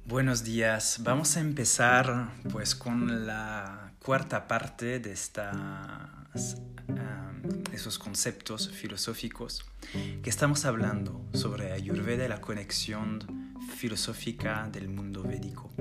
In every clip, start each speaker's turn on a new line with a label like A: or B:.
A: Buenos días. Vamos a empezar pues con la cuarta parte de esos conceptos filosóficos que estamos hablando sobre Ayurveda y la conexión filosófica del mundo védico.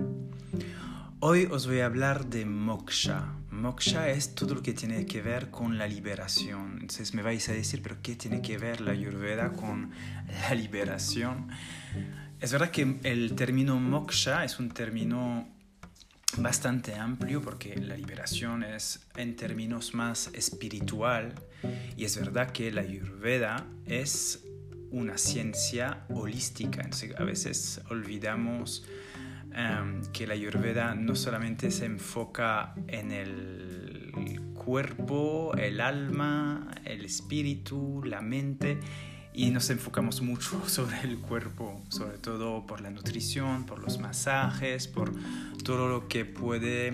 A: Hoy os voy a hablar de moksha. Moksha es todo lo que tiene que ver con la liberación. Entonces me vais a decir, ¿pero qué tiene que ver la Ayurveda con la liberación? Es verdad que el término moksha es un término bastante amplio porque la liberación es en términos más espiritual y es verdad que la Ayurveda es una ciencia holística. Entonces a veces olvidamos que la Ayurveda no solamente se enfoca en el cuerpo, el alma, el espíritu, la mente, y nos enfocamos mucho sobre el cuerpo, sobre todo por la nutrición, por los masajes, por todo lo que puede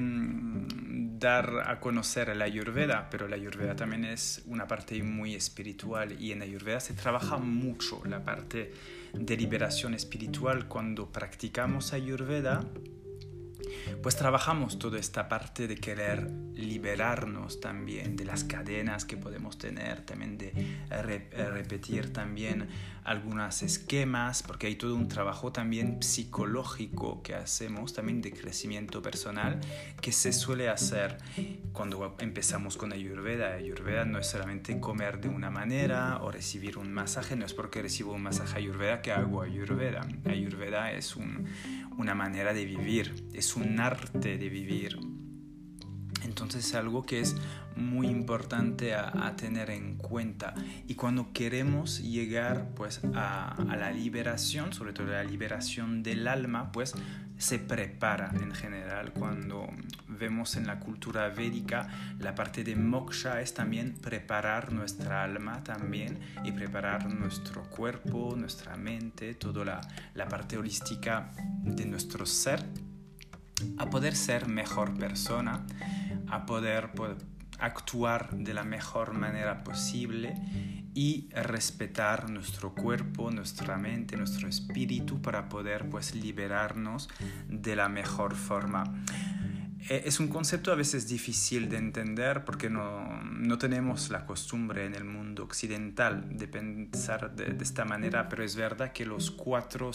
A: dar a conocer la Ayurveda, pero la Ayurveda también es una parte muy espiritual y en la Ayurveda se trabaja mucho la parte de liberación espiritual. Cuando practicamos Ayurveda, pues trabajamos toda esta parte de querer liberarnos también de las cadenas que podemos tener, también de repetir también algunos esquemas, porque hay todo un trabajo también psicológico que hacemos, también de crecimiento personal, que se suele hacer cuando empezamos con Ayurveda. Ayurveda no es solamente comer de una manera o recibir un masaje, no es porque recibo un masaje Ayurveda que hago Ayurveda. Ayurveda es una manera de vivir, es un arte de vivir. Entonces es algo que es muy importante a tener en cuenta. Y cuando queremos llegar pues a la liberación, sobre todo la liberación del alma, pues se prepara en general. Cuando vemos en la cultura védica, la parte de moksha es también preparar nuestra alma también y preparar nuestro cuerpo, nuestra mente, toda la parte holística de nuestro ser, a poder ser mejor persona, a poder actuar de la mejor manera posible y respetar nuestro cuerpo, nuestra mente, nuestro espíritu para poder pues liberarnos de la mejor forma. Es un concepto a veces difícil de entender porque no tenemos la costumbre en el mundo occidental de pensar de esta manera, pero es verdad que los cuatro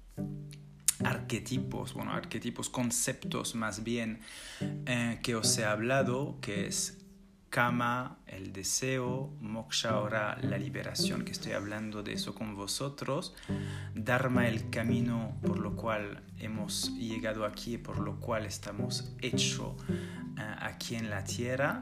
A: arquetipos, conceptos más bien, que os he hablado, que es Kama, el deseo, Moksha, ahora la liberación, que estoy hablando de eso con vosotros, Dharma, el camino por lo cual hemos llegado aquí, por lo cual estamos hechos aquí en la tierra,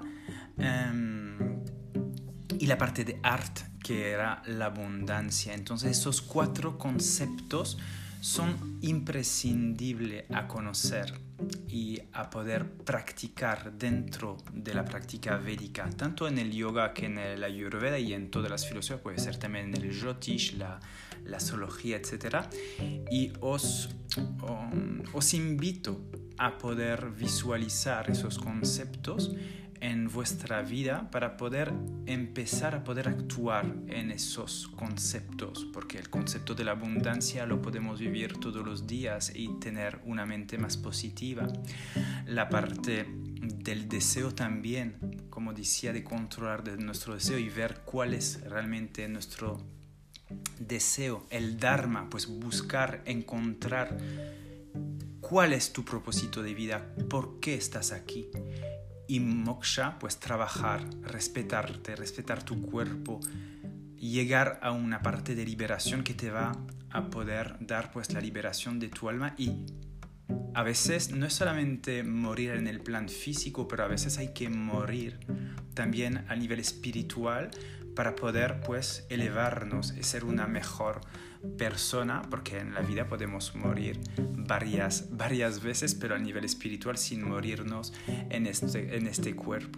A: y la parte de Art, que era la abundancia. Entonces esos cuatro conceptos son imprescindibles a conocer y a poder practicar dentro de la práctica védica, tanto en el yoga que en el Ayurveda y en todas las filosofías, puede ser también en el Jyotish, la zoología, etc. Y os invito a poder visualizar esos conceptos en vuestra vida para poder empezar a poder actuar en esos conceptos, porque el concepto de la abundancia lo podemos vivir todos los días y tener una mente más positiva. La parte del deseo también, como decía, de controlar de nuestro deseo y ver cuál es realmente nuestro deseo, el Dharma, pues buscar, encontrar cuál es tu propósito de vida, por qué estás aquí. Y moksha, pues trabajar, respetarte, respetar tu cuerpo, llegar a una parte de liberación que te va a poder dar pues la liberación de tu alma. Y a veces no es solamente morir en el plan físico, pero a veces hay que morir también a nivel espiritual para poder pues elevarnos y ser una mejor persona, porque en la vida podemos morir varias veces, pero a nivel espiritual sin morirnos en este cuerpo.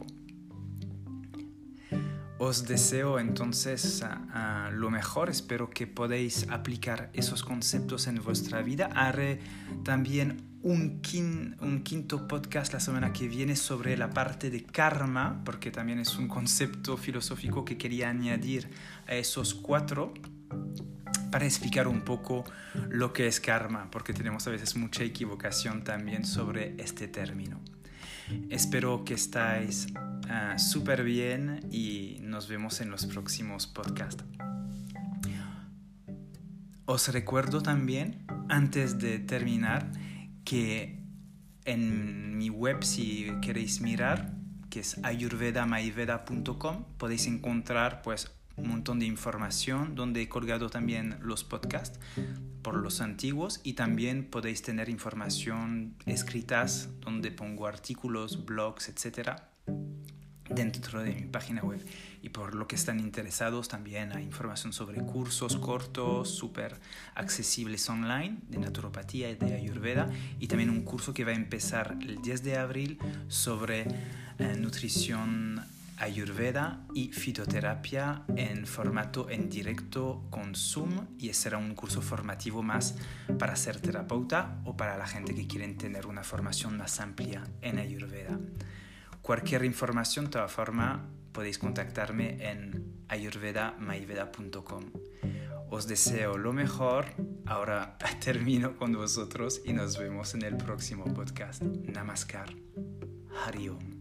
A: Os deseo entonces lo mejor, espero que podáis aplicar esos conceptos en vuestra vida. Haré también un quinto podcast la semana que viene sobre la parte de karma, porque también es un concepto filosófico que quería añadir a esos cuatro. para explicar un poco lo que es karma, porque tenemos a veces mucha equivocación también sobre este término. Espero que estáis súper bien y nos vemos en los próximos podcasts. Os recuerdo también, antes de terminar, que en mi web, si queréis mirar, que es ayurvedamaiveda.com, podéis encontrar pues un montón de información donde he colgado también los podcasts por los antiguos, y también podéis tener información escritas donde pongo artículos, blogs, etcétera, dentro de mi página web. Y por lo que están interesados, también hay información sobre cursos cortos súper accesibles online de naturopatía y de ayurveda, y también un curso que va a empezar el 10 de abril sobre nutrición ayurveda y fitoterapia en formato en directo con Zoom, y será un curso formativo más para ser terapeuta o para la gente que quieren tener una formación más amplia en ayurveda. Cualquier información, de todas formas, podéis contactarme en ayurvedamaiveda.com. Os deseo lo mejor. Ahora termino con vosotros y nos vemos en el próximo podcast. Namaskar. Hari Om.